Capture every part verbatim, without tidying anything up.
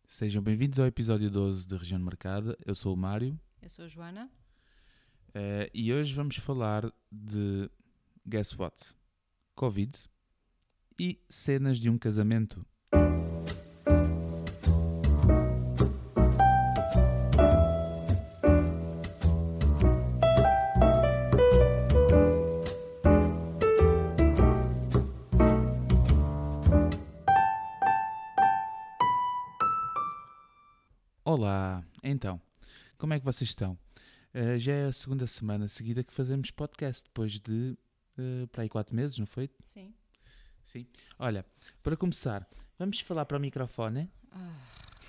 Sejam bem-vindos ao episódio doze de Região Marcada. Eu sou o Mário. Eu sou a Joana. Uh, e hoje vamos falar de, guess what? Covid e cenas de um casamento. Olá, então, como é que vocês estão? Uh, já é a segunda semana seguida que fazemos podcast, depois de uh, para aí quatro meses, não foi? Sim. Sim. Olha, para começar, vamos falar para o microfone. Ah,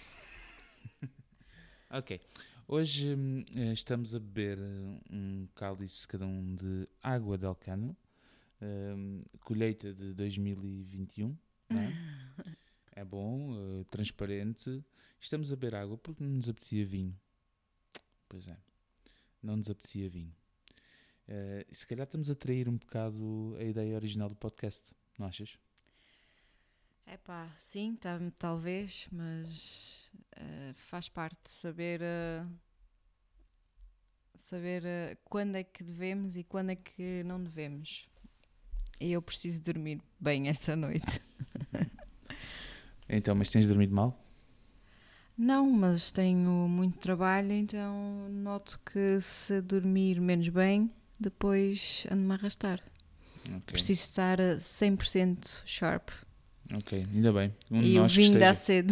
Ok. Hoje hum, eh, estamos a beber uh, um cálice cada um de água de Alcano, hum, colheita de dois mil e vinte e um, não é? É bom, uh, transparente. Estamos a beber água porque não nos apetecia vinho. Pois é, não nos apetecia vinho. Uh, e se calhar estamos a trair um bocado a ideia original do podcast, não achas? epá, sim, tá, talvez, mas uh, faz parte saber, uh, saber uh, quando é que devemos e quando é que não devemos. E eu preciso dormir bem esta noite. Então, mas tens dormido mal? Não, mas tenho muito trabalho, então noto que se dormir menos bem, depois ando-me a arrastar. Ok, Preciso estar uh, cem por cento sharp. ok, ainda bem. Um de E o nós que vinho dá esteja... sede.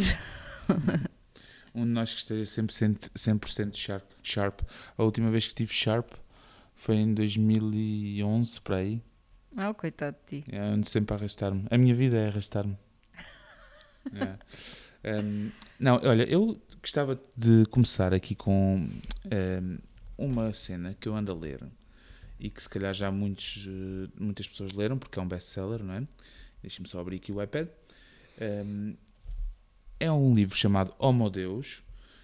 Um de nós que esteja cem por cento, cem por cento sharp, sharp. A última vez que estive sharp foi em dois mil e onze, para aí. Ah, coitado de ti. Eu ando sempre a arrastar-me. A minha vida é arrastar-me. É. Um, não, olha, eu gostava de começar aqui com um, uma cena que eu ando a ler e que se calhar já muitos, uh, muitas pessoas leram porque é um best-seller, não é? Deixa-me só abrir aqui o iPad. Um, é um livro chamado Homo Deus.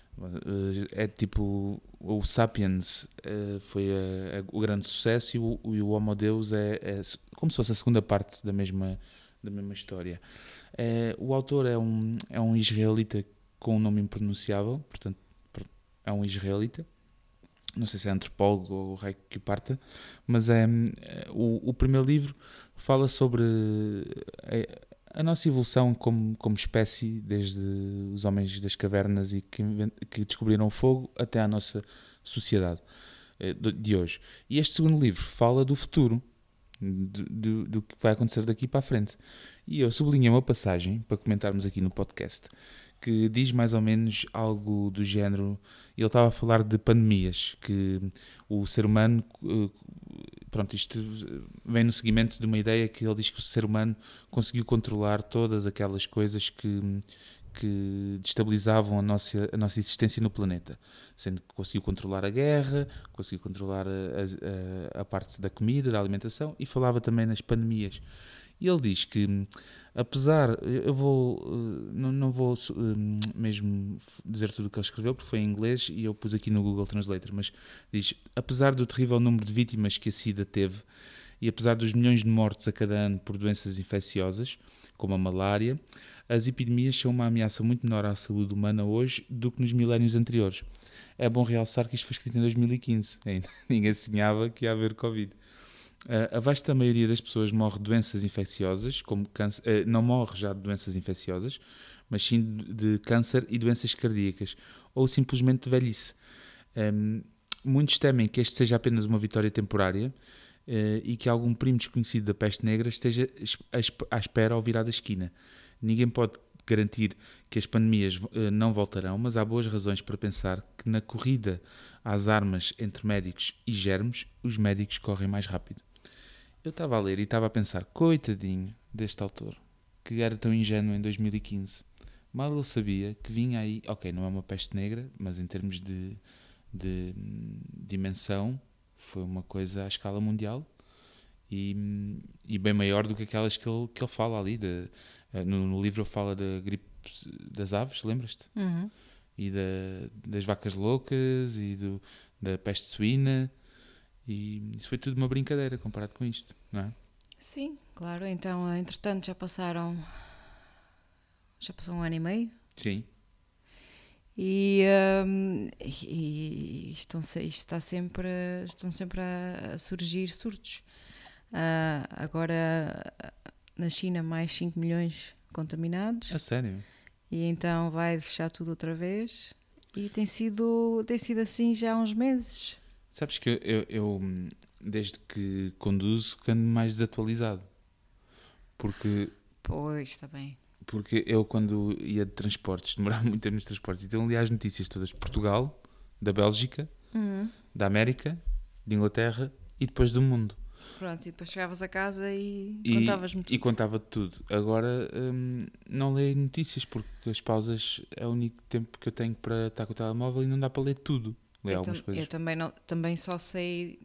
É tipo o Sapiens uh, foi a, a, o grande sucesso e o, e o Homo Deus é, é como se fosse a segunda parte da mesma, da mesma história. É, o autor é um, é um israelita com um nome impronunciável, portanto é um israelita, não sei se é antropólogo ou o rei que o parta, mas é, é o, o primeiro livro fala sobre a, a nossa evolução como, como espécie, desde os homens das cavernas e que, que descobriram o fogo até à nossa sociedade de hoje. E este segundo livro fala do futuro, do, do, do que vai acontecer daqui para a frente. E eu sublinhei uma passagem para comentarmos aqui no podcast que diz mais ou menos algo do género. Ele estava a falar de pandemias, que o ser humano, pronto, isto vem no seguimento de uma ideia que ele diz que o ser humano conseguiu controlar todas aquelas coisas que, que destabilizavam a nossa, a nossa existência no planeta, sendo que conseguiu controlar a guerra, conseguiu controlar a, a, a parte da comida, da alimentação, e falava também nas pandemias. E ele diz que, apesar, eu vou, não, não vou mesmo dizer tudo o que ele escreveu, porque foi em inglês e eu pus aqui no Google Translator, mas diz, apesar do terrível número de vítimas que a SIDA teve, e apesar dos milhões de mortes a cada ano por doenças infecciosas, como a malária, as epidemias são uma ameaça muito menor à saúde humana hoje do que nos milénios anteriores. É bom realçar que isto foi escrito em dois mil e quinze, ainda ninguém sonhava que ia haver Covid. Uh, a vasta maioria das pessoas morre de doenças infecciosas, como câncer, uh, não morre já de doenças infecciosas, mas sim de câncer e doenças cardíacas, ou simplesmente de velhice. Um, muitos temem que este seja apenas uma vitória temporária uh, e que algum primo desconhecido da peste negra esteja à espera ao virar da esquina. Ninguém pode garantir que as pandemias uh, não voltarão, mas há boas razões para pensar que na corrida às armas entre médicos e germes, os médicos correm mais rápido. Eu estava a ler e estava a pensar, coitadinho deste autor, que era tão ingênuo em dois mil e quinze. Mal ele sabia que vinha aí, ok, não é uma peste negra, mas em termos de, de dimensão, foi uma coisa à escala mundial e, e bem maior do que aquelas que ele, que ele fala ali. De, no, no livro ele fala da gripe das aves, lembras-te? Uhum. E da, das vacas loucas e do, da peste suína. E isso foi tudo uma brincadeira comparado com isto, não é? Sim, claro. Então, entretanto, já passaram... Já passou um ano e meio? Sim. E, um, e, e estão, isto está sempre, estão sempre a, a surgir surtos. Uh, agora na China mais cinco milhões contaminados. A sério? E então vai fechar tudo outra vez. E tem sido, tem sido assim já há uns meses. Sabes que eu, eu desde que conduzo, ando mais desatualizado. Porque... Pois, está bem. Porque eu, quando ia de transportes, demorava muito tempo nos transportes, então li as notícias todas de Portugal, da Bélgica, Uhum. da América, de Inglaterra e depois do mundo. Pronto, e depois chegavas a casa e, E contavas-me tudo. E contava-te tudo. Agora hum, não leio notícias porque as pausas é o único tempo que eu tenho para estar com o telemóvel e não dá para ler tudo. Ler eu, algumas tam- coisas. eu também, não, também só sei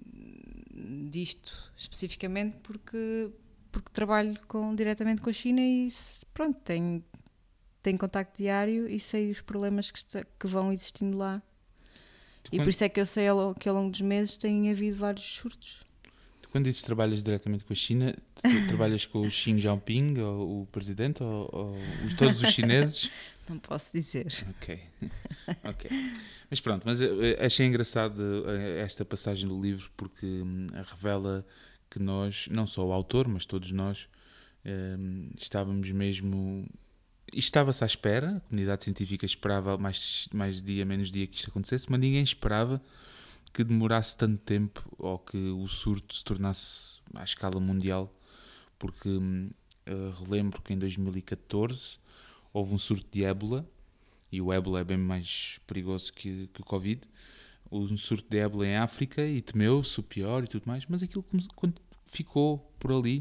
disto especificamente porque, porque trabalho com, diretamente com a China e se- pronto, tenho, tenho contacto diário e sei os problemas que, está- que vão existindo lá. Tu, E quando, por isso é que eu sei ao lo- que ao longo dos meses tem havido vários surtos. tu quando dizes que trabalhas diretamente com a China, tu trabalhas com o Xi Jinping, ou o presidente, ou, ou os- todos os chineses? Não posso dizer. Ok, ok. Mas pronto, mas eu, eu achei engraçado eh, esta passagem do livro porque hum, revela que nós, não só o autor, mas todos nós, hum, estávamos mesmo... Isto estava-se à espera, a comunidade científica esperava mais, mais dia, menos dia que isto acontecesse, mas ninguém esperava que demorasse tanto tempo ou que o surto se tornasse à escala mundial, porque hum, eu relembro que em dois mil e catorze houve um surto de ébola, e o ébola é bem mais perigoso que, que o Covid. Houve um surto de ébola em África e temeu-se o pior e tudo mais, mas aquilo ficou por ali.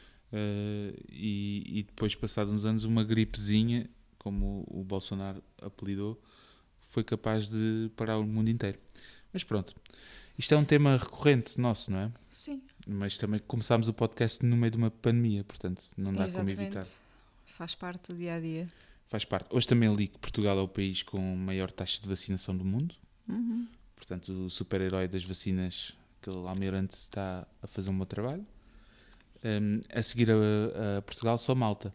Uh, e, e depois, passados uns anos, uma gripezinha, como o Bolsonaro apelidou, foi capaz de parar o mundo inteiro. Mas pronto, isto é um tema recorrente nosso, não é? Sim. Mas também começámos o podcast no meio de uma pandemia, portanto não dá Exatamente. como evitar. Faz parte do dia a dia. Faz parte. Hoje também li que Portugal é o país com maior taxa de vacinação do mundo. Uhum. Portanto, o super-herói das vacinas, aquele almirante, está a fazer um bom trabalho. Um, a seguir a, a Portugal, só Malta.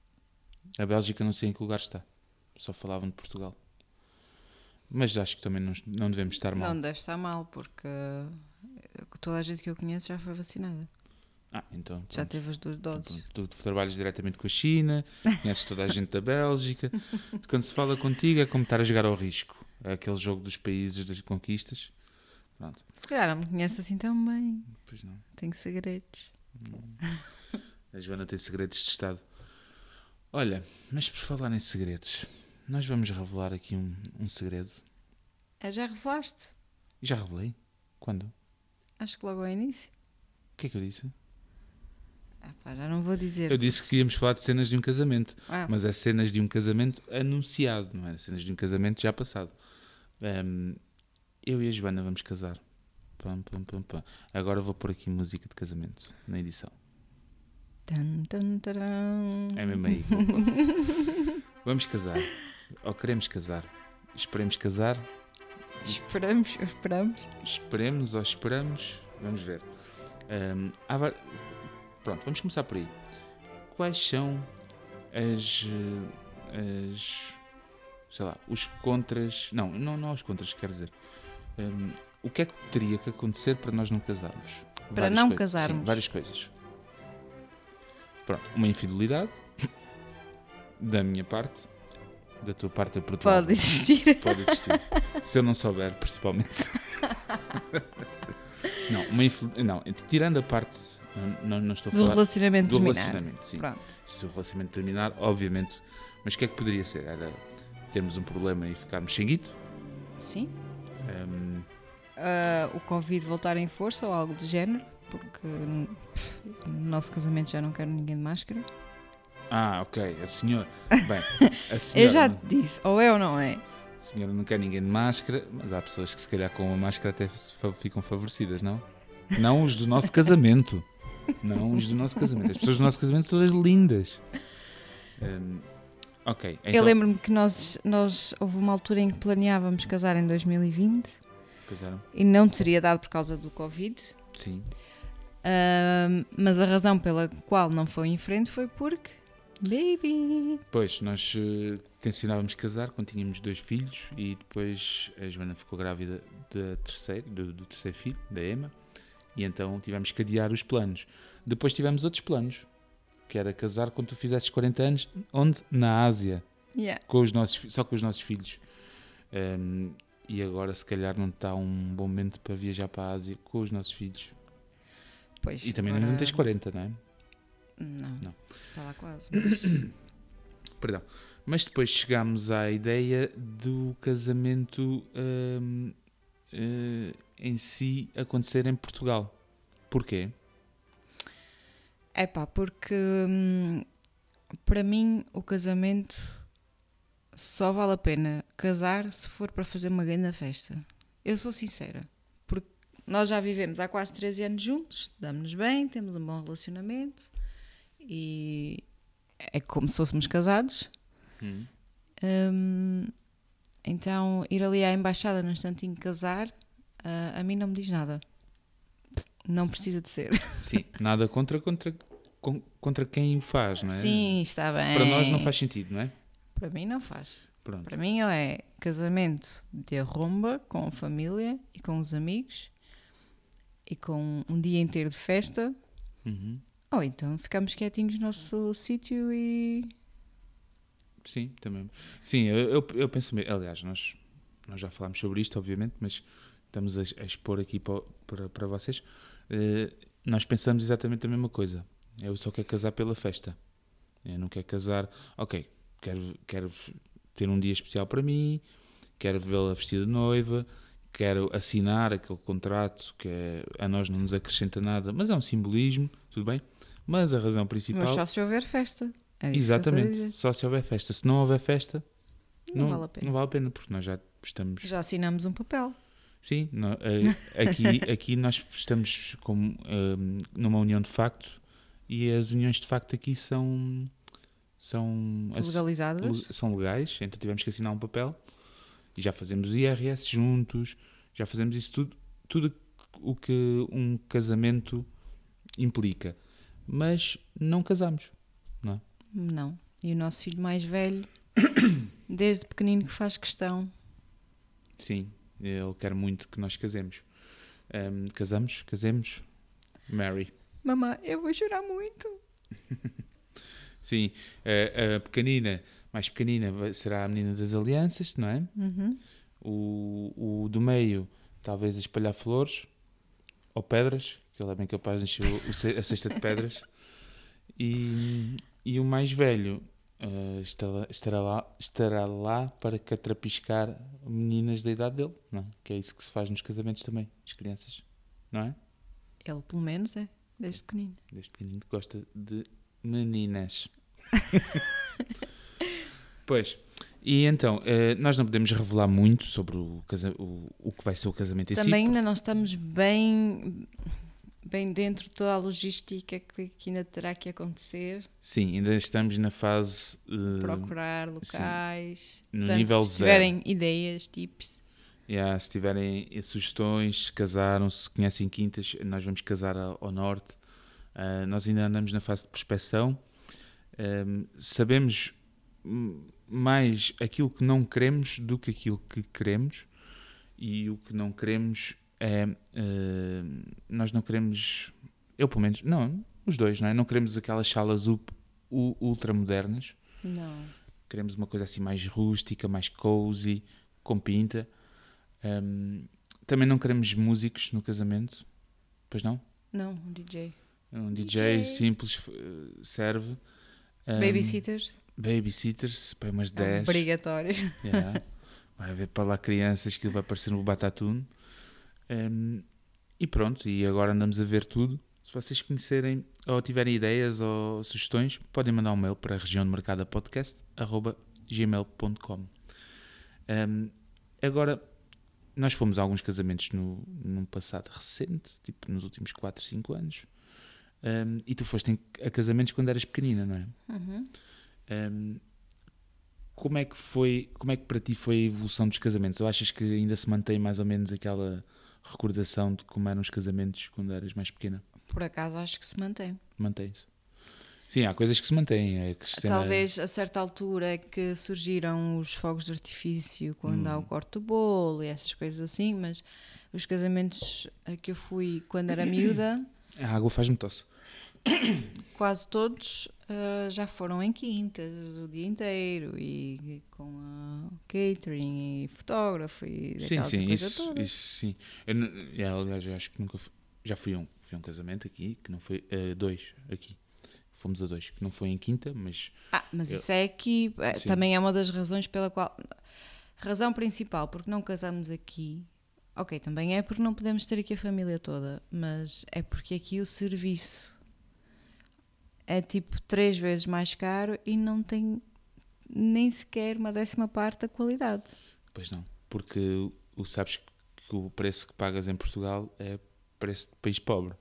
A Bélgica não sei em que lugar está. Só falavam de Portugal. Mas acho que também não, não devemos estar mal. Não deve estar mal, porque toda a gente que eu conheço já foi vacinada. Ah, então, pronto. Já teve as duas doses. Tu, tu trabalhas diretamente com a China, conheces toda a gente da Bélgica. Quando se fala contigo é como estar a jogar ao risco. É aquele jogo dos países das conquistas. Pronto. Se calhar não me conhece assim tão bem. Pois não. Tenho segredos. Hum. A Joana tem segredos de Estado. Olha, mas por falar em segredos, nós vamos revelar aqui um, um segredo. Ah, já revelaste? E já revelei? Quando? Acho que logo ao início. O que é que eu disse? Ah, pá, já não vou dizer. Eu disse que íamos falar de cenas de um casamento. Ah. Mas é cenas de um casamento anunciado, não é? Cenas de um casamento já passado. Um, eu e a Joana vamos casar. Pam, pam, pam, pam. Agora vou pôr aqui música de casamento na edição. Tum, tum, taram. É mesmo aí que vou pôr. Vamos casar. Ou queremos casar. Esperemos casar. Esperamos, esperamos. Esperemos ou esperamos. Vamos ver. Um, há var... Pronto, vamos começar por aí. Quais são as... as sei lá, os contras... Não, não, não os contras, quero dizer. Um, o que é que teria que acontecer para nós não casarmos? Para Várias não coisas. casarmos? Sim, várias coisas. Pronto, uma infidelidade da minha parte, da tua parte a proteger. Pode existir. Pode existir. Se eu não souber, principalmente. Não, uma infel... não, tirando a parte, não, não, não estou a Do falar relacionamento do terminar. relacionamento, sim. Pronto. Se o relacionamento terminar, obviamente. Mas o que é que poderia ser? Era termos um problema e ficarmos sem guito? Sim. Um, Uh, o Covid voltar em força ou algo do género, porque no nosso casamento já não quero ninguém de máscara. ah, ok, a senhora. Bem, a senhora. Eu já te disse, ou é ou não é? A senhora não quer ninguém de máscara, mas há pessoas que se calhar com a máscara até fa- ficam favorecidas, não? Não os do nosso casamento. Não os do nosso casamento. As pessoas do nosso casamento são todas lindas. Um, ok. Então, Eu lembro-me que nós, nós houve uma altura em que planeávamos casar em dois mil e vinte casaram? e não teria dado por causa do Covid. Sim. Uh, mas a razão pela qual não foi em frente foi porque Baby! Pois, nós uh, tencionávamos casar quando tínhamos dois filhos e depois a Joana ficou grávida da terceira, do, do terceiro filho, da Emma, e então tivemos que adiar os planos. Depois tivemos outros planos, que era casar quando tu fizesses quarenta anos, onde? Na Ásia, Yeah. com os nossos, só com os nossos filhos. Um, e agora se calhar não está um bom momento para viajar para a Ásia com os nossos filhos. Pois, E também agora... não tens quarenta, não é? Não, Não. está lá quase. Mas... Perdão. Mas depois chegámos à ideia do casamento hum, hum, em si acontecer em Portugal. Porquê? É pá, porque hum, para mim o casamento só vale a pena casar se for para fazer uma grande festa. Eu sou sincera, porque nós já vivemos há quase treze anos juntos, damos-nos bem, temos um bom relacionamento e é como se fôssemos casados. Hum. Hum, então ir ali à embaixada num instantinho casar, uh, a mim não me diz nada. Não precisa de ser. Sim, nada contra, contra, con- contra quem o faz, não é? Sim, está bem. Para nós não faz sentido, não é? Para mim não faz. Pronto. Para mim ou é casamento de arromba com a família e com os amigos e com um dia inteiro de festa, Uhum. ou então ficamos quietinhos no nosso sítio e... Sim, também. Sim, eu, eu, eu penso mesmo. Aliás, nós, nós já falámos sobre isto, obviamente, mas estamos a, a expor aqui para, para, para vocês. Uh, nós pensamos exatamente a mesma coisa. Eu só quero casar pela festa. Eu não quero casar. Ok, quero, quero ter um dia especial para mim, quero vê-la vestida de noiva, quero assinar aquele contrato que é, a nós não nos acrescenta nada, mas é um simbolismo, tudo bem. Mas a razão principal. Mas só se houver festa. É isso Exatamente, que eu estou a dizer. só se houver festa. Se não houver festa, Não vale a pena. Não vale a pena, porque nós já estamos... Já assinamos um papel. Sim, nó- eh, aqui, aqui nós estamos como, eh, numa união de facto e as uniões de facto aqui são... São, ass- Legalizadas. são legais, então tivemos que assinar um papel e já fazemos o I R S juntos, já fazemos isso tudo, tudo o que um casamento implica. Mas não casamos, não é? Não. E o nosso filho mais velho, desde pequenino que faz questão. Sim, ele quer muito que nós casemos. Ahm, casamos? Casemos? Mary. Mamãe, eu vou chorar muito. Sim, a, a pequenina, mais pequenina, vai- será a menina das alianças, não é? Uhum. O, o do meio, talvez a espalhar flores ou pedras, que ele é bem capaz de encher o- o ce- a cesta de pedras. E, e o mais velho ah, estará, estará, lá, estará lá para catrapiscar meninas da idade dele, não é? Que é isso que se faz nos casamentos também, as crianças, não é? Ele, pelo menos, é. Desde pequenino. Desde pequenino gosta de meninas. Pois, e então, eh, nós não podemos revelar muito sobre o, casa- o, o que vai ser o casamento em si. Também ainda não estamos bem, bem dentro de toda a logística que, que ainda terá que acontecer. Sim, ainda estamos na fase... eh, Procurar locais. No Portanto, nível se tiverem ideias, tips. yeah, se tiverem eh, sugestões, se casaram, se conhecem quintas, nós vamos casar ao, ao norte. Ah, nós ainda andamos na fase de prospecção. Ahm, sabemos hum, mais aquilo que não queremos do que aquilo que queremos, e o que não queremos é ah, nós não queremos, eu pelo menos, não, os dois, não é? Não queremos aquelas salas u- u- ultramodernas, Não. queremos uma coisa assim mais rústica, mais cozy, com pinta. Ahm, também não queremos músicos no casamento, pois não? Não, um D J. Um D J, D J. simples, eh, serve. Um, Babysitters. Babysitters, para umas É dez. obrigatório. Yeah. Vai haver para lá crianças que vai parecer um Batatune. Um, e pronto, e agora andamos a ver tudo. Se vocês conhecerem ou tiverem ideias ou sugestões, podem mandar um mail para região de mercado podcast arroba gmail ponto com. Um, agora, nós fomos a alguns casamentos no, num passado recente, tipo nos últimos quatro, cinco anos. Um, e tu foste em- a casamentos quando eras pequenina, não é? Uhum. Um, como é que foi, como é que para ti foi a evolução dos casamentos? Ou achas que ainda se mantém mais ou menos aquela recordação de como eram os casamentos quando eras mais pequena? Por acaso acho que se mantém. Mantém-se? Sim, há coisas que se mantêm. É que cena... Talvez a certa altura é que surgiram os fogos de artifício quando hum. há o corte do bolo e essas coisas assim, mas os casamentos a que eu fui quando era miúda, a água faz-me tosse. Quase todos uh, já foram em quintas o dia inteiro e, e com a catering e fotógrafo e sim, sim, coisa isso, toda. isso sim. Eu, aliás, eu acho que nunca fui, já fui a um, fui a um casamento aqui, que não foi uh, dois aqui. Fomos a dois, que não foi em quinta, mas... Ah, mas eu, isso é aqui, sim. também é uma das razões pela qual... Razão principal, porque não casamos aqui, ok, também é porque não podemos ter aqui a família toda, mas é porque aqui o serviço é tipo três vezes mais caro e não tem nem sequer uma décima parte da qualidade. Pois não, porque o, sabes que o preço que pagas em Portugal é preço de país pobre.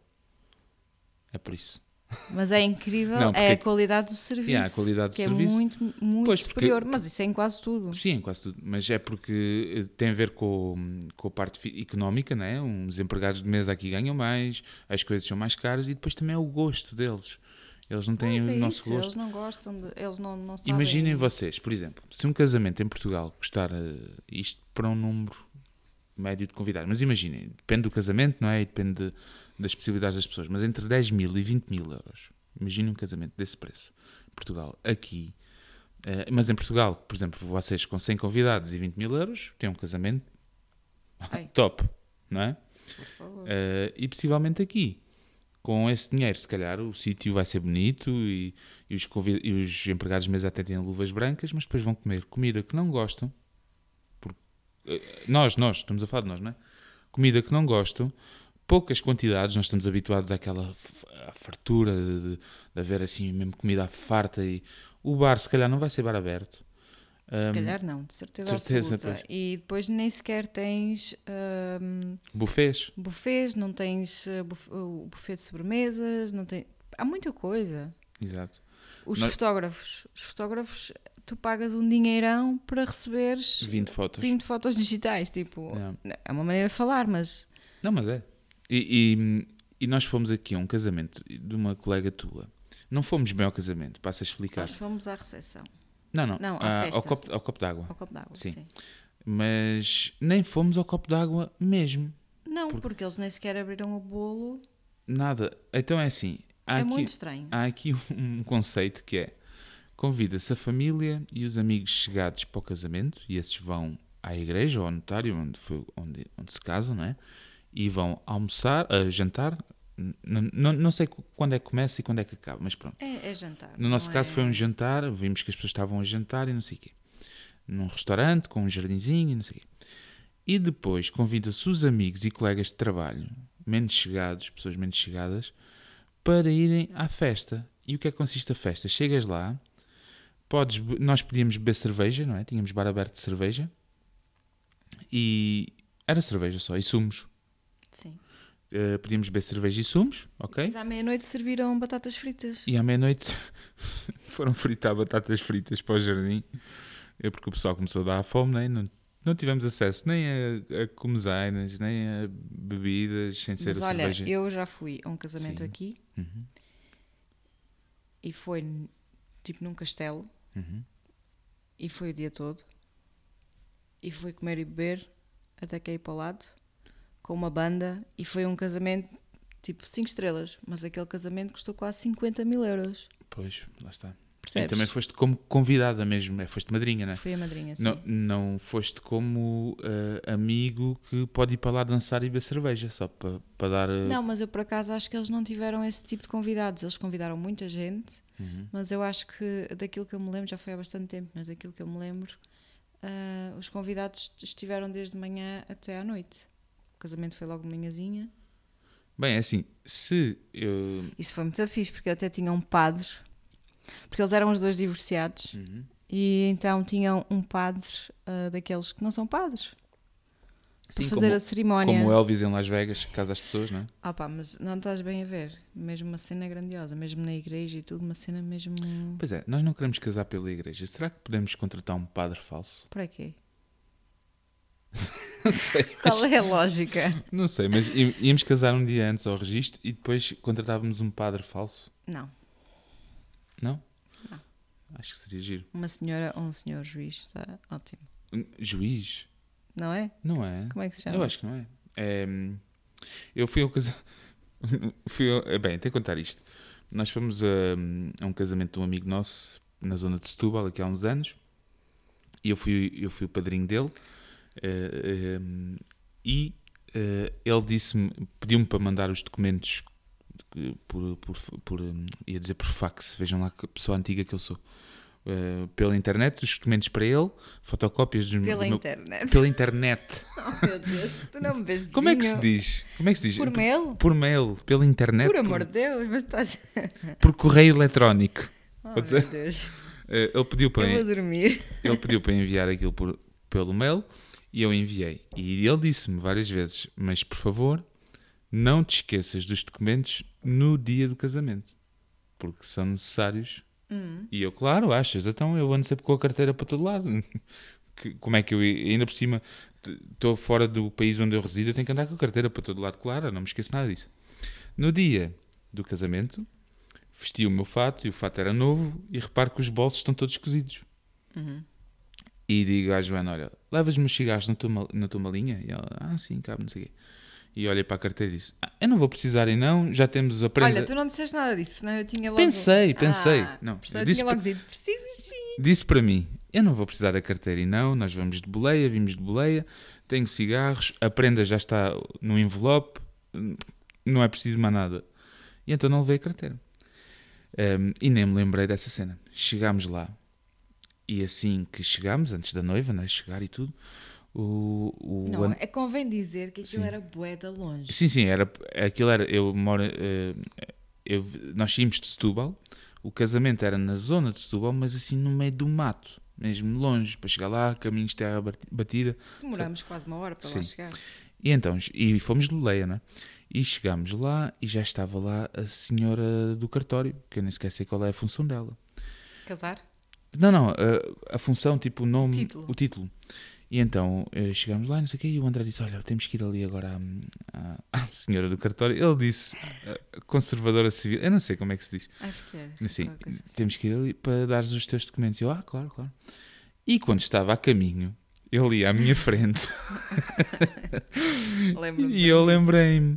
É por isso. Mas é incrível, não, é a qualidade do serviço, yeah, a qualidade do que serviço. é muito, muito pois, superior, porque, mas isso é em quase tudo. Sim, em quase tudo, mas é porque tem a ver com, com a parte económica, né? Uns empregados de mesa aqui ganham mais, as coisas são mais caras e depois também é o gosto deles. Eles não têm mas é o nosso isso, gosto. Eles não gostam, de, eles não, não sabem. Imaginem vocês, por exemplo, se um casamento em Portugal custar uh, isto para um número médio de convidados, mas imaginem, depende do casamento, não é? E depende de, das possibilidades das pessoas, mas entre dez mil e vinte mil euros. Imaginem um casamento desse preço. Portugal, aqui. Uh, mas em Portugal, por exemplo, vocês com cem convidados e vinte mil euros, têm um casamento top, não é? Por favor. Uh, e possivelmente aqui, com esse dinheiro, se calhar, o sítio vai ser bonito e, e, os, convid- e os empregados de mesa até têm luvas brancas, mas depois vão comer comida que não gostam. Porque, uh, nós, nós, estamos a falar de nós, não é? Comida que não gostam. Poucas quantidades, nós estamos habituados àquela fartura de, de, de haver assim mesmo comida à farta e o bar se calhar não vai ser bar aberto. Se um, calhar não, de certeza, certeza absoluta. E depois nem sequer tens um, bufês. bufês, não tens uh, buf- o buffet de sobremesas, não tem... há muita coisa. Exato. Os Nós... fotógrafos, os fotógrafos, tu pagas um dinheirão para receberes vinte fotos. vinte fotos digitais, tipo, Não. é uma maneira de falar, mas... Não, mas é. E, e, e nós fomos aqui a um casamento de uma colega tua. Não fomos bem ao casamento, passo a explicar. Nós fomos à recepção. Não, não, não à a, festa. Ao copo, ao copo d'água. Ao copo d'água, sim. sim. Mas nem fomos ao copo d'água mesmo. Não, porque... porque eles nem sequer abriram o bolo. Nada. Então é assim. Há é aqui, muito estranho. Há aqui um conceito que é: convida-se a família e os amigos chegados para o casamento, e esses vão à igreja ou ao notário, onde, foi, onde, onde se casam, não é? E vão almoçar, uh, jantar. Não, não, não sei quando é que começa e quando é que acaba, mas pronto. É, é jantar. No nosso caso é... foi um jantar, vimos que as pessoas estavam a jantar e não sei o quê. Num restaurante, com um jardinzinho e não sei o quê. E depois convida-se os amigos e colegas de trabalho, menos chegados, pessoas menos chegadas, para irem à festa. E o que é que consiste a festa? Chegas lá, podes, nós podíamos beber cerveja, não é? Tínhamos bar aberto de cerveja. E era cerveja só, e sumos. Sim. Uh, podíamos beber cerveja e sumos, ok? Mas à meia-noite serviram batatas fritas. E à meia-noite foram fritar batatas fritas para o jardim, é porque o pessoal começou a dar fome, né? não, não tivemos acesso nem a, a comezainas, nem a bebidas, sem ser Mas a olha, cerveja. eu já fui a um casamento Sim. aqui Uhum. e foi tipo num castelo Uhum. e foi o dia todo e fui comer e beber até cair para o lado com uma banda e foi um casamento tipo cinco estrelas, mas aquele casamento custou quase cinquenta mil euros. Pois, lá está. Percebes? E também foste como convidada mesmo, foste madrinha, não é? Fui a madrinha, sim. Não, não foste como uh, amigo que pode ir para lá dançar e beber cerveja, só para, para dar... Uh... Não, mas eu por acaso acho que eles não tiveram esse tipo de convidados. Eles convidaram muita gente, Uhum. mas eu acho que daquilo que eu me lembro, já foi há bastante tempo, mas daquilo que eu me lembro, uh, os convidados estiveram desde manhã até à noite. O casamento foi logo de manhãzinha. Bem, é assim, se eu... Isso foi muito fixe, porque eu até tinha um padre, porque eles eram os dois divorciados, Uhum. e então tinham um padre uh, daqueles que não são padres, Sim, para fazer como, a cerimónia. como o Elvis em Las Vegas, casa às pessoas, não é? Ah pá, mas não estás bem a ver, mesmo uma cena grandiosa, mesmo na igreja e tudo, uma cena mesmo... Pois é, nós não queremos casar pela igreja. Será que podemos contratar um padre falso? Para quê? Não sei. Mas, Qual é a lógica? não sei, mas í- íamos casar um dia antes ao registro e depois contratávamos um padre falso. Não. Não? Não. Acho que seria giro. Uma senhora ou um senhor juiz, está ótimo. Um Juiz? Não é? Não é? Como é que se chama? Eu acho que não é. É, hum, eu fui ao casamento. fui ao... é, Bem, tenho que contar isto. Nós fomos a, a um casamento de um amigo nosso na zona de Setúbal, aqui há uns anos. E eu fui, eu fui o padrinho dele. Uh, um, e uh, ele disse-me, pediu-me para mandar os documentos por, por, por, um, ia dizer por fax, vejam lá que pessoa antiga que eu sou. Uh, pela internet, os documentos para ele, fotocópias dos Pela do meu, internet. pela internet. Oh meu Deus, tu não me vês de Como é que vinho. se diz? Como é que se diz? Por mail? Por mail, pela internet. Por amor de Deus, mas estás... Por correio eletrónico. Oh Pode meu ser? Deus, Uh, ele pediu para eu vou dormir. ele pediu para enviar aquilo por, pelo mail e eu enviei. E ele disse-me várias vezes, mas por favor, não te esqueças dos documentos no dia do casamento, porque são necessários. Hum. E eu, claro, achas, então eu ando sempre com a carteira para todo lado. Que, como é que eu, ainda por cima, estou fora do país onde eu resido, eu tenho que andar com a carteira para todo lado, claro, não me esqueço nada disso. No dia do casamento, vesti o meu fato, e o fato era novo, e reparo que os bolsos estão todos cozidos. Uhum. E digo à Joana, olha, levas-me os cigarros na tua, mal- na tua malinha? E ela, ah, sim, cabe, não sei o quê. E olhei para a carteira e disse, ah, eu não vou precisar e não, já temos a prenda. Olha, tu não disseste nada disso, senão eu tinha logo... Pensei, pensei. Ah, Não, senão eu disse tinha logo dito, precisas sim. Disse para mim, eu não vou precisar da carteira e não, nós vamos de boleia, vimos de boleia, tenho cigarros, a prenda já está no envelope, não é preciso mais nada. E então não levei a carteira. Um, e nem me lembrei dessa cena. Chegámos lá e assim que chegámos, antes da noiva, né, chegar e tudo, o... o Não, an- é convém dizer que aquilo Sim. era bué de longe. Sim, sim, era, aquilo era, eu moro, eh, eu, nós saímos de Setúbal, o casamento era na zona de Setúbal, mas assim no meio do mato, mesmo longe, para chegar lá, caminhos de terra bati- batida. Demorámos quase uma hora para lá Sim. chegar. E então, e fomos de Leia, né? E chegámos lá e já estava lá a senhora do cartório, que eu nem sequer sei qual é a função dela. Casar? Não, não, a, a função, tipo o nome, Título. o título. E então eh, chegámos lá, não sei o quê, e o André disse, olha, temos que ir ali agora à, à, à senhora do cartório. Ele disse, a conservadora civil, eu não sei como é que se diz. Acho que é. Assim, qualquer coisa assim. temos que ir ali para dares os teus documentos. E eu, ah, claro, claro. E quando estava a caminho, ele ia à minha frente Lembro-me e eu lembrei-me,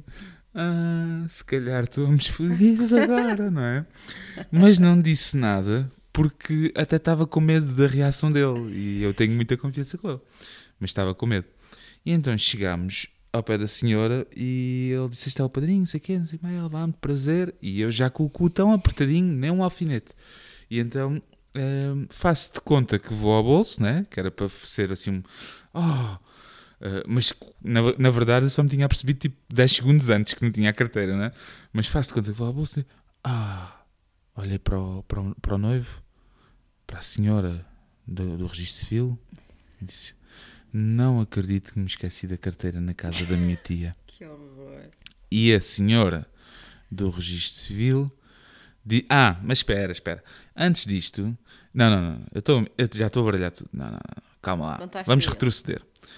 ah, se calhar estamos fodidos agora, não é? Mas não disse nada, porque até estava com medo da reação dele e eu tenho muita confiança com ele, mas estava com medo. E então chegámos ao pé da senhora e ele disse, este é o padrinho, não sei o quê, não sei o que mais, ela dá-me prazer, e eu já com o cu tão apertadinho, nem um alfinete. E então hum, faço de conta que vou ao bolso, né? Que era para ser assim um... Oh, Uh, mas na, na verdade eu só me tinha percebido tipo dez segundos antes que não tinha a carteira, né? Mas faço de conta que vou ao bolso e ah, olhei para o, para, o, para o noivo, para a senhora do, do registro civil e disse, não acredito que me esqueci da carteira na casa da minha tia. Que horror. E a senhora do registro civil di, ah, mas espera, espera, antes disto não, não, não, eu, tô, eu já estou a baralhar tudo, não, não, não, calma lá, Contaste vamos ele. retroceder.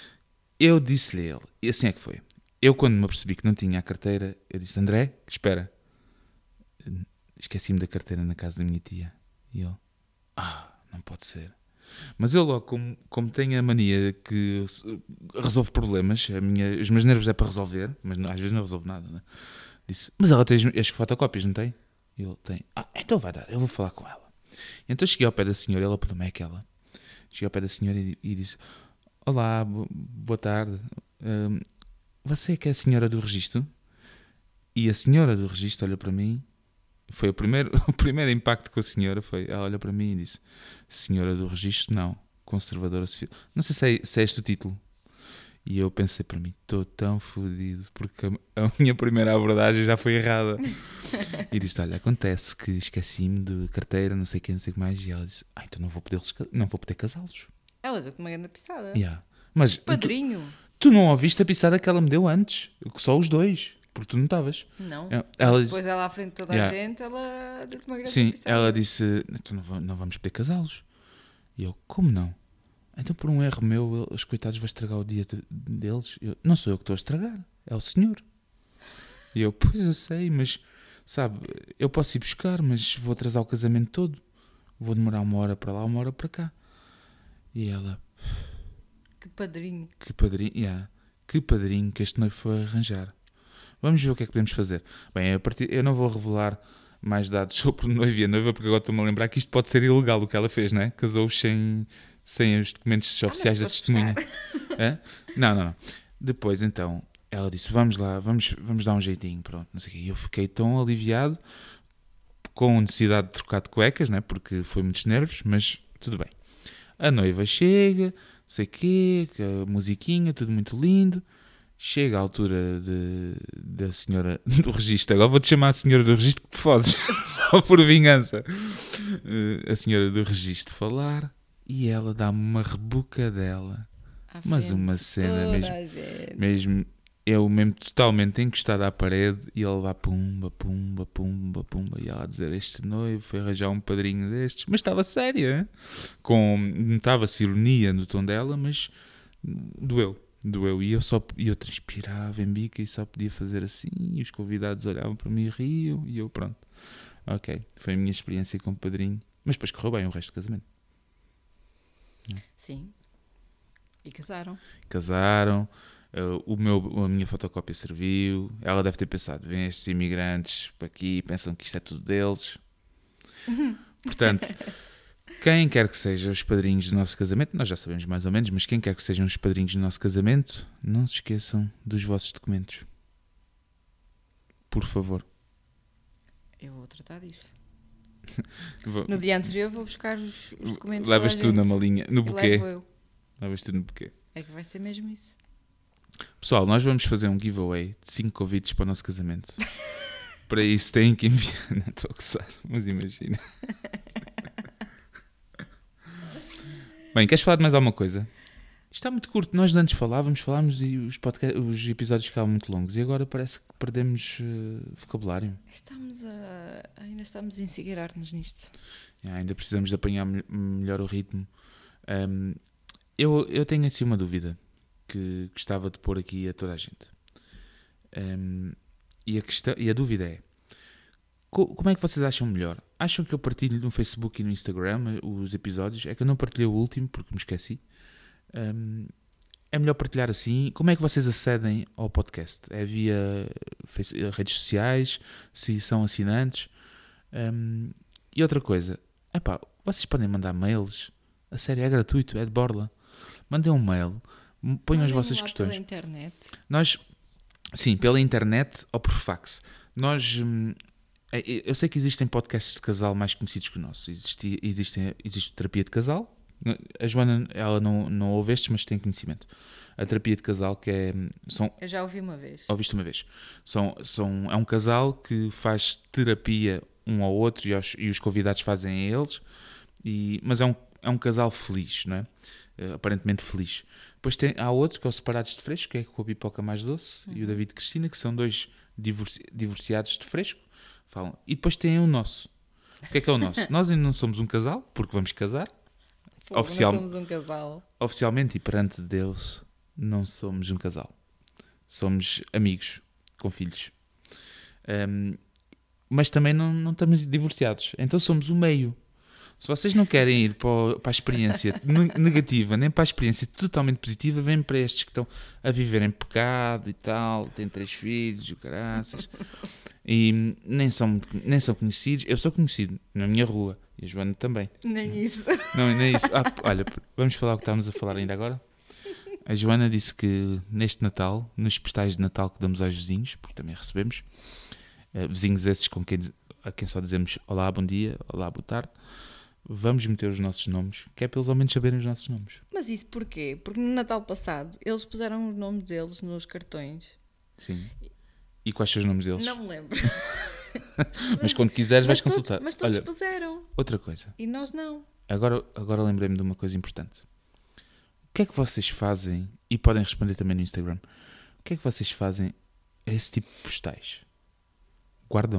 Eu disse-lhe a ele, e assim é que foi. Eu, quando me apercebi que não tinha a carteira, eu disse, André, espera, esqueci-me da carteira na casa da minha tia. E ele, ah, não pode ser. Mas eu logo, como, como tenho a mania que resolve problemas, a minha, os meus nervos é para resolver, mas não, às vezes não resolve nada, né? Disse, mas ela tem as fotocópias, não tem? E ele, tem. Ah, então vai dar, eu vou falar com ela. Então cheguei ao pé da senhora, ela perguntou-me, é aquela? Cheguei ao pé da senhora e, e disse, olá, bo- boa tarde. Hum, você é que é a senhora do registro? E a senhora do registro olha para mim. Foi o primeiro, o primeiro impacto com a senhora. Foi, ela olha para mim e disse: senhora do registro, não. Conservadora civil. Não sei se é, se é este o título. E eu pensei para mim: estou tão fodido porque a, a minha primeira abordagem já foi errada. E disse: olha, acontece que esqueci-me de carteira, não sei o que, não sei o que mais. E ela disse: ah, então não vou poder, não vou poder casá-los. Ela deu-te uma grande pisada. Yeah. Mas tu, Padrinho? tu não ouviste a pisada que ela me deu antes, só os dois, porque tu não estavas. Não. Ela Mas disse- depois ela à frente de toda Yeah. a gente, ela deu-te uma grande Sim, pisada. ela disse, então não, va- não vamos poder casá-los. E eu, como não? Então por um erro meu, ele- os coitados vão estragar o dia de- deles. Eu, não sou eu que estou a estragar, é o senhor. E eu, pois eu sei, mas sabe, eu posso ir buscar, mas vou atrasar o casamento todo. Vou demorar uma hora para lá, uma hora para cá. E ela... Que padrinho. Que padrinho, yeah, que padrinho que este noivo foi arranjar. Vamos ver o que é que podemos fazer. Bem, a partir, eu não vou revelar mais dados sobre o noivo e a noiva, porque agora estou-me a lembrar que isto pode ser ilegal o que ela fez, não é? Casou-os sem, sem os documentos Ah, oficiais da testemunha. Hã? Não, não, não. Depois, então, ela disse, vamos lá, vamos, vamos dar um jeitinho, pronto, não sei o quê. E eu fiquei tão aliviado, com necessidade de trocar de cuecas, não é? Porque foi muitos nervos, mas tudo bem. A noiva chega, não sei o quê, a musiquinha, tudo muito lindo. Chega a altura de, da senhora do registro. Agora vou-te chamar a senhora do registro que te fodes, só por vingança. Uh, a senhora do registro falar e ela dá-me uma rebucadela. À Mas frente uma de cena toda mesmo, a gente. mesmo, eu mesmo totalmente encostado à parede e ele lá pumba, pumba, pumba, pumba. E ela a dizer, este noivo foi arranjar um padrinho destes. Mas estava séria, hein? Com, notava-se ironia no tom dela, mas doeu. Doeu, e eu só e eu transpirava em bica e só podia fazer assim, e os convidados olhavam para mim e riam, e eu pronto, ok, foi a minha experiência com o padrinho, mas depois correu bem o resto do casamento. Sim, e casaram. Casaram, uh, o meu, a minha fotocópia serviu, ela deve ter pensado, vêm estes imigrantes para aqui, pensam que isto é tudo deles, portanto... Quem quer que sejam os padrinhos do nosso casamento, nós já sabemos mais ou menos, mas quem quer que sejam os padrinhos do nosso casamento, não se esqueçam dos vossos documentos. Por favor. Eu vou tratar disso. Vou... No dia anterior vou buscar os, os documentos. Levas tu na malinha, no e buquê. levo eu. Levas tu no buquê. É que vai ser mesmo isso. Pessoal, nós vamos fazer um giveaway de cinco convites para o nosso casamento. Para isso têm que enviar. Não estou a gozar, mas imagina. Bem, queres falar de mais alguma coisa? Isto está muito curto. Nós antes falávamos, falávamos e os, podcast, os episódios ficavam muito longos. E agora parece que perdemos uh, vocabulário. Estamos a, ainda estamos a ensigar-nos nisto. Yeah, ainda precisamos de apanhar me- melhor o ritmo. Um, eu, eu tenho assim uma dúvida que gostava de pôr aqui a toda a gente. Um, e, a questão, e a dúvida é, co- como é que vocês acham melhor? Acham que eu partilho no Facebook e no Instagram os episódios? É que eu não partilhei o último porque me esqueci. Um, é melhor partilhar assim? Como é que vocês acedem ao podcast? É via face, redes sociais? Se são assinantes? Um, e outra coisa, epá, vocês podem mandar mails. A sério, é gratuito, é de borla. Mandem um mail, ponham as vossas questões. Pela internet. Nós, sim, pela internet ou por fax. Nós... Hum, eu sei que existem podcasts de casal mais conhecidos que o nosso. Existe, existe, existe terapia de casal. A Joana, ela não, não ouve estes, mas tem conhecimento. A terapia de casal que é... São, eu já ouvi uma vez. Ouviste uma vez. São, são, é um casal que faz terapia um ao outro e, aos, e os convidados fazem a eles. E, mas é um, é um casal feliz, não é? Uh, aparentemente feliz. Depois tem, há outro que é o Separados de Fresco, que é com a Pipoca Mais Doce, uhum. e o David e Cristina, que são dois divorci, divorciados de Fresco. Falam. E depois tem o nosso. O que é que é o nosso? Nós ainda não somos um casal, porque vamos casar. Pô, Oficial... Não somos um casal. Oficialmente e perante Deus, não somos um casal. Somos amigos com filhos. Um, mas também não, não estamos divorciados. Então somos o meio. Se vocês não querem ir para, o, para a experiência negativa, nem para a experiência totalmente positiva, vêm para estes que estão a viver em pecado e tal, têm três filhos, o caraças... E nem são, nem são conhecidos. Eu sou conhecido na minha rua. E a Joana também. Nem isso. Não, nem isso. Ah, olha, vamos falar o que estávamos a falar ainda agora. A Joana disse que neste Natal, nos postais de Natal que damos aos vizinhos, porque também recebemos, uh, vizinhos esses com quem, a quem só dizemos olá, bom dia, olá, boa tarde, vamos meter os nossos nomes, que é para eles ao menos saberem os nossos nomes. Mas isso porquê? Porque no Natal passado eles puseram os nomes deles nos cartões. Sim. E quais são os nomes deles? Não me lembro. mas, mas quando quiseres vais todos, consultar. Mas todos Olha, puseram. Outra coisa. E nós não. Agora, agora lembrei-me de uma coisa importante. O que é que vocês fazem, e podem responder também no Instagram, o que é que vocês fazem a esse tipo de postais? Guardam?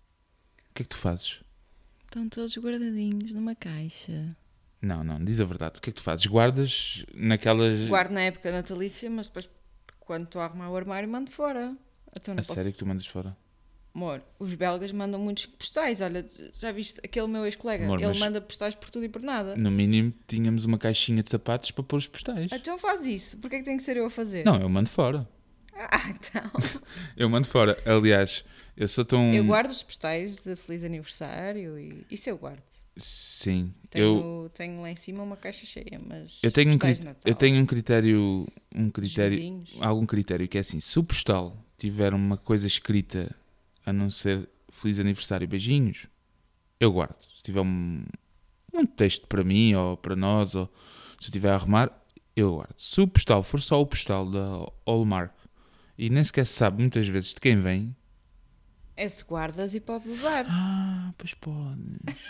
O que é que tu fazes? Estão todos guardadinhos numa caixa. Não, não, diz a verdade. O que é que tu fazes? Guardas naquelas... Guardo na época natalícia, mas depois quando estou a arrumar o armário mando fora. Então, não a posso... sério que tu mandas fora? Amor, os belgas mandam muitos postais. Olha, já viste aquele meu ex-colega? Amor, Ele mas- manda postais por tudo e por nada. No mínimo, tínhamos uma caixinha de sapatos para pôr os postais. Então faz isso. Porquê é que tem que ser eu a fazer? Não, eu mando fora. Ah, então. Eu mando fora. Aliás, eu sou tão... Eu guardo os postais de feliz aniversário e isso eu guardo. Sim. Tenho, Eu, tenho lá em cima uma caixa cheia, mas eu, tenho um, postais cri- de Natal, eu tenho um critério... Um dos critério... vizinhos. Algum critério que é assim. Se o postal tiver uma coisa escrita a não ser feliz aniversário, beijinhos, eu guardo. Se tiver um, um texto para mim ou para nós, ou se eu tiver a arrumar, eu guardo. Se o postal for só o postal da Hallmark e nem sequer se sabe muitas vezes de quem vem, É se guardas e podes usar. ah, pois podes.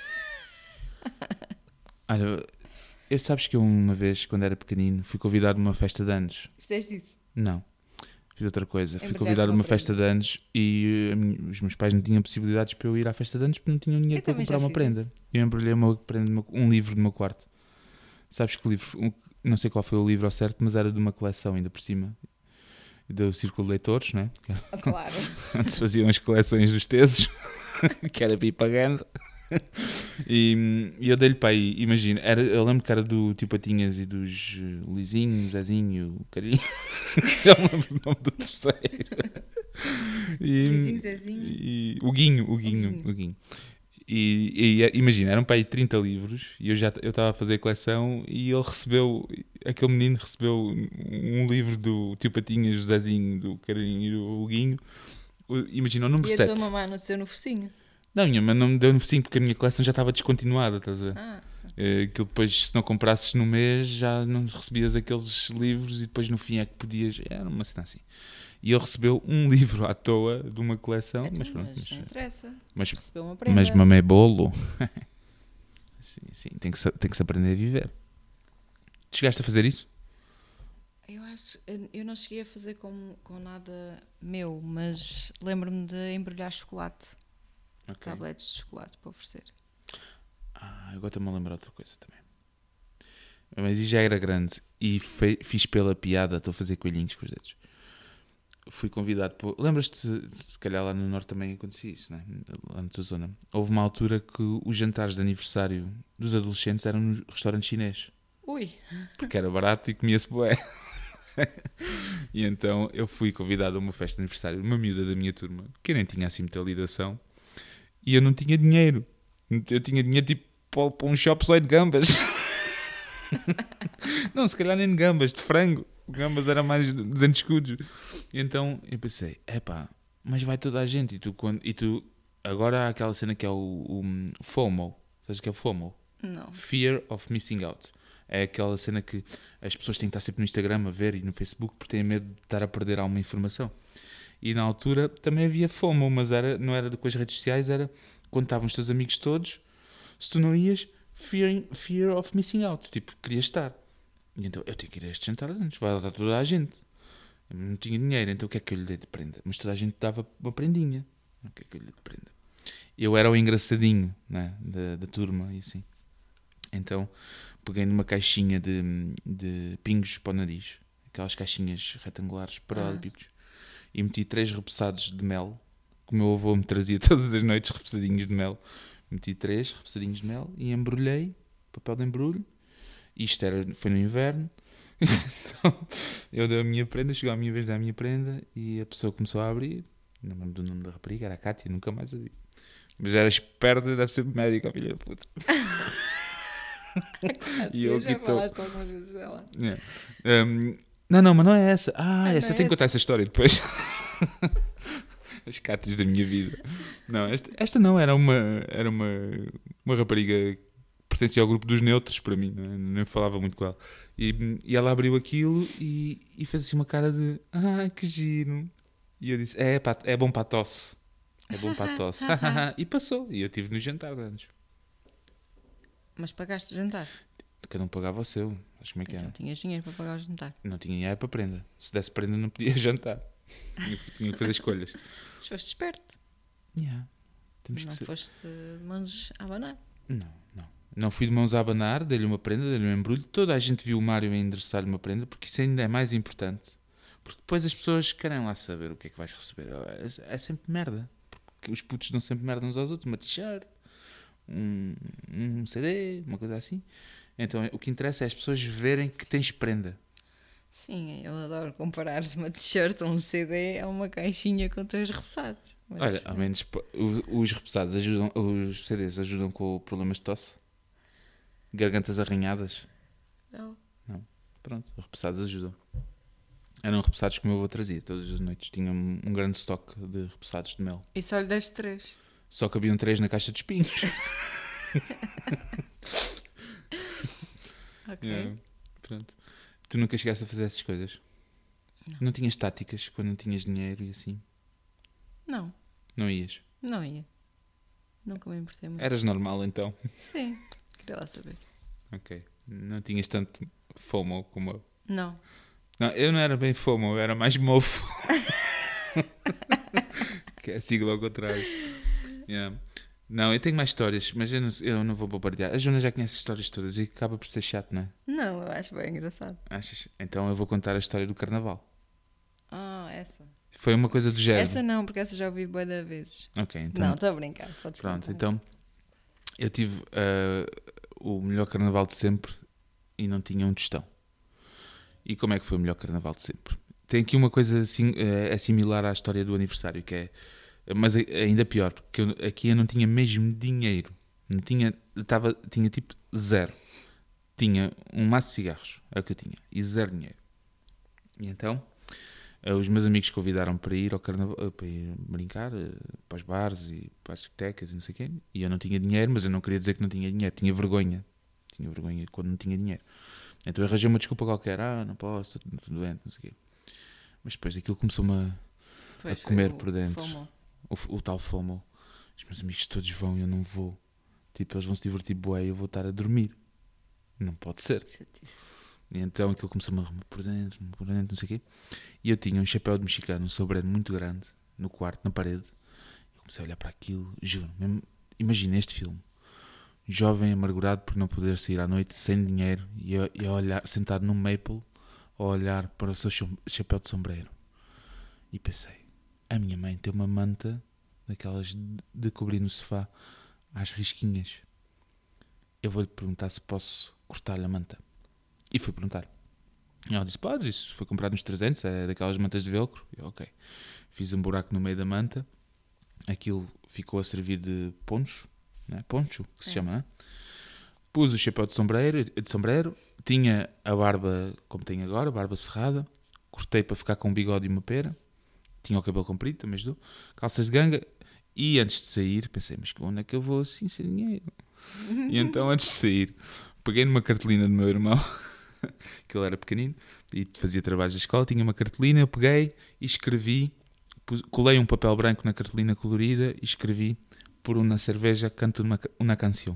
Olha, eu sabes que eu uma vez, quando era pequenino, fui convidado a uma festa de anos. Fizeste isso? Não. Fiz outra coisa. Fui Embrulhaste convidado a uma uma festa de anos e uh, a minha- os meus pais não tinham possibilidades para eu ir à festa de anos porque não tinham dinheiro Eu para também comprar já uma fiz prenda. Eu embrulhei uma prenda, de uma- um livro do meu quarto. Sabes que livro? Um- não sei qual foi o livro ao certo, mas era de uma coleção ainda por cima. Do Círculo de Leitores, né? Ah, claro. Onde se faziam as coleções dos tesos, que era para ir pagando. E, e eu dei-lhe para aí, imagina, era, eu lembro que era do Tio Patinhas e dos uh, Lizinho, Zezinho, o Carinho. Eu não lembro o nome do terceiro. E, Lizinho, Zezinho. e- o Guinho, o Guinho, Guinho. o Guinho. E, e, e imagina, eram para aí trinta livros e eu já eu estava a fazer a coleção e ele recebeu, aquele menino recebeu um livro do Tio Patinhas, do Zezinho, do Carinho e do Guinho. O- Imagina, o número E a sete. tua mamãe nasceu no focinho? Não, minha mãe não me deu no focinho porque a minha coleção já estava descontinuada, estás a ver? Ah, Eh, Aquilo depois, se não comprasses no mês, já não recebias aqueles livros e depois no fim é que podias. Era uma cena assim. E ele recebeu um livro à toa de uma coleção, então, mas pronto. mas Mas, não interessa. mas, Recebeu uma prenda. mas mamei bolo. Sim, sim, tem que, se- tem que se aprender a viver. Chegaste a fazer isso? Eu acho, eu não cheguei a fazer com, com nada meu, mas lembro-me de embrulhar chocolate, Ok. tabletes de chocolate para oferecer. Ah, agora estou-me a lembrar outra coisa também. Mas isso já era grande e fe- fiz pela piada, estou a fazer coelhinhos com os dedos. Fui convidado por... Lembras-te, se calhar lá no Norte também acontecia isso, né? Lá na tua zona. Houve uma altura que os jantares de aniversário dos adolescentes eram no restaurante chinês. Ui, Porque era barato e comia-se bué. E então eu fui convidado a uma festa de aniversário de uma miúda da minha turma, que eu nem tinha assim muita ligação, e eu não tinha dinheiro. Eu tinha dinheiro tipo para para um shop só de gambas. Não, se calhar nem de gambas, de frango. Gambas era mais de duzentos escudos. E então eu pensei, epá, mas vai toda a gente. E tu, quando, e tu agora há aquela cena que é o, o FOMO. Sabes o que é o FOMO? não. Fear of Missing Out. É aquela cena que as pessoas têm que estar sempre no Instagram a ver e no Facebook porque têm medo de estar a perder alguma informação. E na altura também havia FOMO, mas era, não era com as redes sociais, era quando estavam os teus amigos todos, se tu não ias, fear, fear of Missing Out. Tipo, querias estar. E então, eu tenho que ir a este jantar antes, vai lá estar toda a gente. Eu não tinha dinheiro, então o que é que eu lhe dei de prenda? Mas toda a gente dava uma prendinha. O que é que eu lhe dei de prenda? Eu era o engraçadinho, né, da, da turma e assim. Então peguei numa caixinha de, de pingos para o nariz, aquelas caixinhas retangulares paralelepípedos, e meti três repousados de mel, que o meu avô me trazia todas as noites repousadinhos de mel. Meti três repousadinhos de mel e embrulhei, papel de embrulho. Isto era, foi no inverno. Então eu dei a minha prenda, chegou a minha vez de dar a minha prenda e a pessoa começou a abrir. Não me lembro do nome da rapariga, era a Cátia, nunca mais a vi. Mas era esperta, deve ser médica, filha da puta. E eu já aqui estou. falaste algumas vezes dela. Yeah. Um, não, não, mas não é essa. Ah, Ah, essa não é tenho que essa? contar essa história depois. As catas da minha vida. Não, esta, esta não, era uma, era uma, uma rapariga que pertencia ao grupo dos neutros para mim, não, é? Nem falava muito com ela. E, e ela abriu aquilo e, e fez assim uma cara de ah, que giro. E eu disse: é, pá, é bom para a tosse. É bom para a tosse. E passou. E eu estive no jantar de anos. Mas pagaste o jantar? Cada um pagava o seu. Acho como é que Então era. tinhas dinheiro para pagar o jantar. Não tinha dinheiro para prenda. Se desse prenda, não podia jantar. Tinha, tinha que fazer escolhas. Mas foste esperto. Yeah. Temos Não que ser... foste de mãos a abanar. Não, não. Não fui de mãos a abanar, dei-lhe uma prenda, dei-lhe um embrulho. Toda a gente viu o Mário a endereçar-lhe uma prenda, porque isso ainda é mais importante. Porque depois as pessoas querem lá saber o que é que vais receber. É, é sempre merda. Porque que os putos dão sempre merda uns aos outros, uma t-shirt, um, um C D, uma coisa assim. Então o que interessa é as pessoas verem que tens prenda. Sim, eu adoro comparar uma t-shirt ou um C D a uma caixinha com três repassados. Mas, Olha, ao menos os, os repassados ajudam, os C Ds ajudam com problemas de tosse, gargantas arranhadas. Não. Não, pronto, os repassados ajudam. Eram repassados que o meu avô trazia todas as noites. Tinha um, um grande estoque de repassados de mel. E só lhe deste três. Só cabiam três na caixa de espinhos. Ok. Yeah, pronto. Tu nunca chegaste a fazer essas coisas? Não. Não tinhas táticas quando não tinhas dinheiro e assim? Não, Não ias? não ia. Nunca me importei muito. Eras normal então? Sim, queria lá saber. Ok. Não tinhas tanto FOMO como eu. Não. Não, eu não era bem FOMO, eu era mais mofo. Que é a sigla ao contrário. Yeah. Não, eu tenho mais histórias, mas eu não, eu não vou bombardear. A Joana já conhece as histórias todas e acaba por ser chato, não é? Não, eu acho bem engraçado. Achas? Então eu vou contar a história do Carnaval. Ah, essa. Foi uma coisa do género. Essa não, porque essa já ouvi bué de vezes. Ok, então. Não, estou a brincar. Podes Pronto, contar. então eu tive uh, o melhor carnaval de sempre e não tinha um tostão. E como é que foi o melhor carnaval de sempre? Tem aqui uma coisa assim, uh, é similar à história do aniversário, que é, mas é ainda pior, porque eu, aqui eu não tinha mesmo dinheiro. Não tinha, tava, tinha tipo zero. Tinha um maço de cigarros, era o que eu tinha, e zero dinheiro. E então, uh, os meus amigos convidaram-me para ir ao carnaval, uh, para ir brincar, uh, para os bares e para as discotecas e não sei o quê. E eu não tinha dinheiro, mas eu não queria dizer que não tinha dinheiro. Tinha vergonha. Tinha vergonha quando não tinha dinheiro. Então eu arranjei uma desculpa qualquer. Ah, não posso, estou, estou doente, não sei o quê. Mas depois aquilo começou-me a, a comer por dentro. O, o tal FOMO. Os meus amigos todos vão e eu não vou. Tipo, eles vão se divertir bué e eu vou estar a dormir. Não pode ser. Chatice. E então aquilo começou-me a comer por dentro, por dentro, não sei o quê. E eu tinha um chapéu de mexicano, um sobrano muito grande, no quarto, na parede. Eu comecei a olhar para aquilo, juro. Mesmo, imagina este filme. Jovem amargurado por não poder sair à noite sem dinheiro e a, e a olhar, sentado num maple, a olhar para o seu chapéu de sombreiro. E pensei, a minha mãe tem uma manta daquelas de, de cobrir no sofá às risquinhas. Eu vou-lhe perguntar se posso cortar-lhe a manta. E fui perguntar. E ela disse, podes, isso foi comprado nos trezentos, é daquelas mantas de velcro. Eu, ok. Fiz um buraco no meio da manta, aquilo ficou a servir de poncho, não é? Poncho, que se é. chama, não é? Pus o chapéu de sombreiro, de sombreiro, tinha a barba como tenho agora, barba cerrada, cortei para ficar com um bigode e uma pera, tinha o cabelo comprido, também ajudou, calças de ganga, e antes de sair, pensei, mas onde é que eu vou assim sem dinheiro? E então, antes de sair, peguei numa cartolina do meu irmão, que ele era pequenino, e fazia trabalhos da escola, tinha uma cartolina, eu peguei e escrevi, pus, colei um papel branco na cartolina colorida e escrevi, por uma cerveja canto uma, uma canção.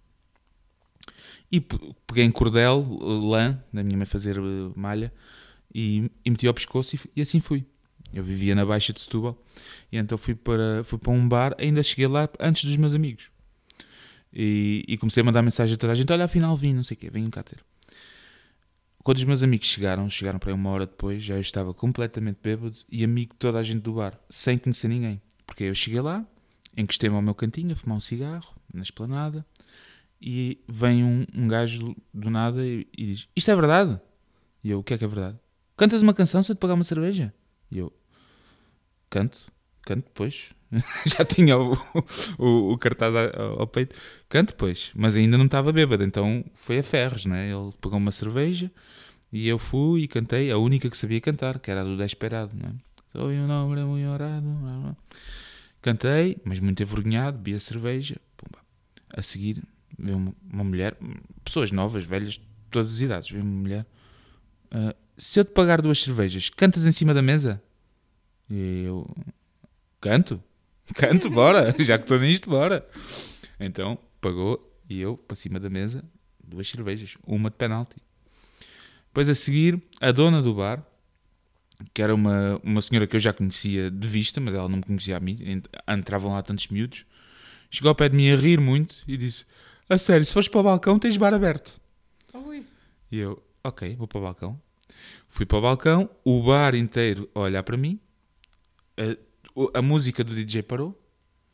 E peguei em cordel, lã, da minha mãe fazer malha, e, e meti ao pescoço e, e assim fui. Eu vivia na Baixa de Setúbal, e então fui para, fui para um bar, ainda cheguei lá antes dos meus amigos. E, e comecei a mandar mensagem a toda a gente, olha, afinal vim, não sei o quê, venham cá ter. Quando os meus amigos chegaram, chegaram para aí uma hora depois, já eu estava completamente bêbado e amigo de toda a gente do bar, sem conhecer ninguém. Porque eu cheguei lá, encostei-me ao meu cantinho a fumar um cigarro, na esplanada, e vem um, um gajo do nada e, e diz, isto é verdade? E eu, o que é que é verdade? Cantas uma canção se eu te pagar uma cerveja? E eu, canto, canto, pois. Já tinha o, o, o cartaz ao, ao peito. Canto, pois. Mas ainda não estava bêbado, então foi a ferros, né? Ele pagou uma cerveja e eu fui e cantei a única que sabia cantar, que era a do Desperado, né? Sou um homem muito orado. Cantei, mas muito envergonhado, bebi a cerveja. Pumba. A seguir, veio uma, uma mulher, pessoas novas, velhas, todas as idades, veio uma mulher. Uh, se eu te pagar duas cervejas, cantas em cima da mesa? E eu, canto? Canto, bora, já que estou nisto, bora. Então, pagou e eu, para cima da mesa, duas cervejas, uma de penalti. Depois a seguir, a dona do bar, que era uma, uma senhora que eu já conhecia de vista, mas ela não me conhecia a mim, entravam lá tantos miúdos, chegou ao pé de mim a rir muito e disse, a sério, se fores para o balcão tens bar aberto. Oi. E eu, ok, vou para o balcão. Fui para o balcão, o bar inteiro a olhar para mim, a, a música do D J parou,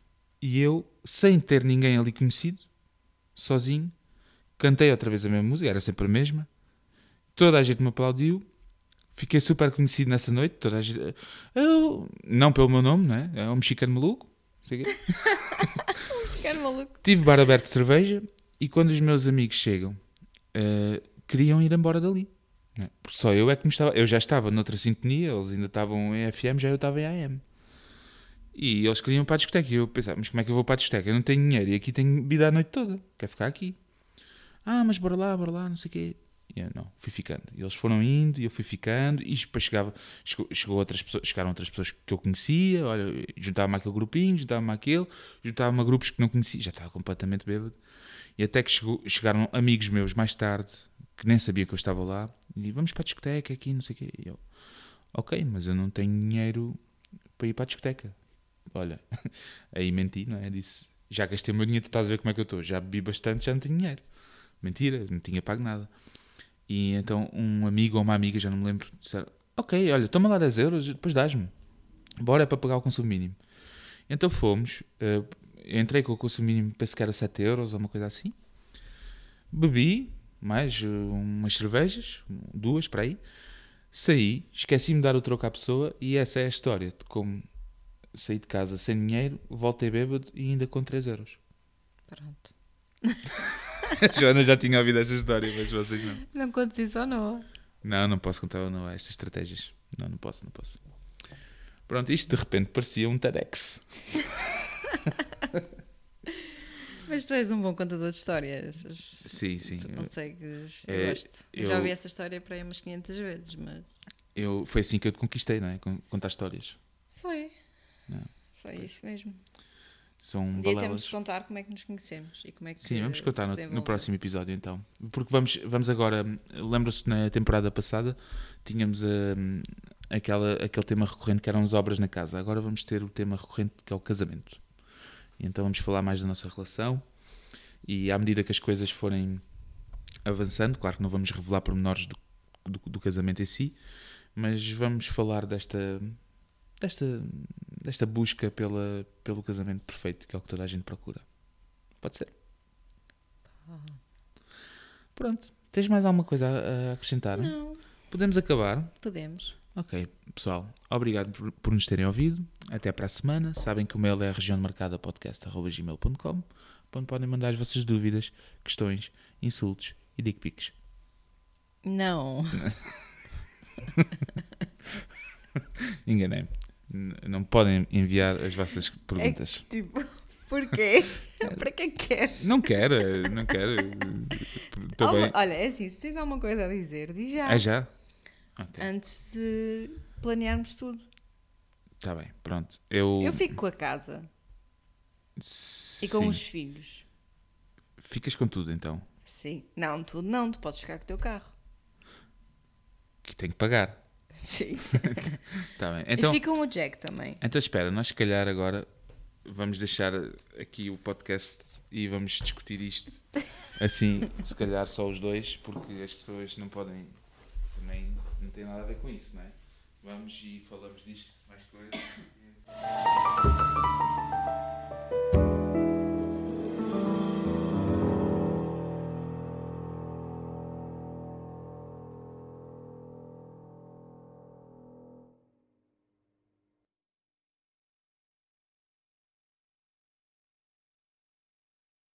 e eu, sem ter ninguém ali conhecido, sozinho, cantei outra vez a mesma música, era sempre a mesma. Toda a gente me aplaudiu. Fiquei super conhecido nessa noite. Toda a gente... Eu, não pelo meu nome, né? É um mexicano maluco. Sei quê. Um mexicano maluco. Tive bar aberto de cerveja e quando os meus amigos chegam, uh, queriam ir embora dali. Né? Porque só eu é que me estava... Eu já estava noutra sintonia, eles ainda estavam em F M, já eu estava em A M. E eles queriam ir para a discoteca. E eu pensava, mas como é que eu vou para a discoteca? Eu não tenho dinheiro e aqui tenho bebida a noite toda. Quero ficar aqui. Ah, mas bora lá, bora lá, não sei o quê. E eu não, fui ficando. E eles foram indo e eu fui ficando. E depois chegava, chegou, chegou outras pessoas, chegaram outras pessoas que eu conhecia. Olha, juntava-me àquele grupinho, juntava-me àquele, juntava-me a grupos que não conhecia. Já estava completamente bêbado. E até que chegou, chegaram amigos meus mais tarde, que nem sabiam que eu estava lá. E vamos para a discoteca aqui, não sei o quê. E eu, ok, mas eu não tenho dinheiro para ir para a discoteca. Olha, aí menti, não é? Disse, já gastei o meu dinheiro, tu estás a ver como é que eu estou. Já bebi bastante, já não tenho dinheiro. Mentira, não tinha pago nada. E então um amigo ou uma amiga, já não me lembro, disseram, ok, olha, toma lá dez euros, depois dás-me. Bora, é para pagar o consumo mínimo. Então fomos, uh, entrei com o consumo mínimo, penso que era sete euros ou uma coisa assim. Bebi, mais uh, umas cervejas, duas para aí. Saí, esqueci-me de dar o troco à pessoa e essa é a história de como saí de casa sem dinheiro, voltei bêbado e ainda com três euros. Pronto. A Joana já tinha ouvido esta história, mas vocês não. Não contes isso ou não? Não, não posso contar ou não estas estratégias. Não, não posso, não posso. Pronto, isto de repente parecia um TEDx. Mas tu és um bom contador de histórias. Sim, sim. Tu consegues. É, eu gosto. Eu eu, já ouvi essa história para aí umas quinhentas vezes, mas. Eu, foi assim que eu te conquistei, não é? Contar histórias. Foi. Não. Foi isso mesmo. São Um dia balelas. temos de contar como é que nos conhecemos e como é que. Sim, vamos contar no, se no próximo episódio então. Porque vamos, vamos agora. Lembra-se na temporada passada tínhamos um, aquela, aquele tema recorrente que eram as obras na casa. Agora vamos ter o tema recorrente que é o casamento. E então vamos falar mais da nossa relação e à medida que as coisas forem avançando, claro que não vamos revelar pormenores do, do, do casamento em si, mas vamos falar desta. Desta, desta busca pela, pelo casamento perfeito, que é o que toda a gente procura. Pode ser? Ah. Pronto. Tens mais alguma coisa a, a acrescentar? Não. Podemos acabar? Podemos. Ok, pessoal. Obrigado por, por nos terem ouvido. Até para a semana. Sabem que o mail é a região de marcada podcast arroba gmail ponto com, onde podem mandar as vossas dúvidas, questões, insultos e dick pics. Não. Enganei-me. Não podem enviar as vossas perguntas. É que, tipo, porquê? Para que queres? Não quero, não quero. Estou Alguma, bem. olha, é assim, se tens alguma coisa a dizer, diz já. É já? Okay. Antes de planearmos tudo. Está bem, pronto. Eu, Eu fico com a casa. Sim. E com os filhos. Ficas com tudo então? Sim. Não, tudo não. Tu podes ficar com o teu carro. Que tenho que pagar. Sim. Tá bem. Então, e fica um Jack também. Então espera, nós se calhar agora vamos deixar aqui o podcast e vamos discutir isto assim, se calhar só os dois, porque as pessoas não podem, também não tem nada a ver com isso, não é? Vamos e falamos disto, mais coisas.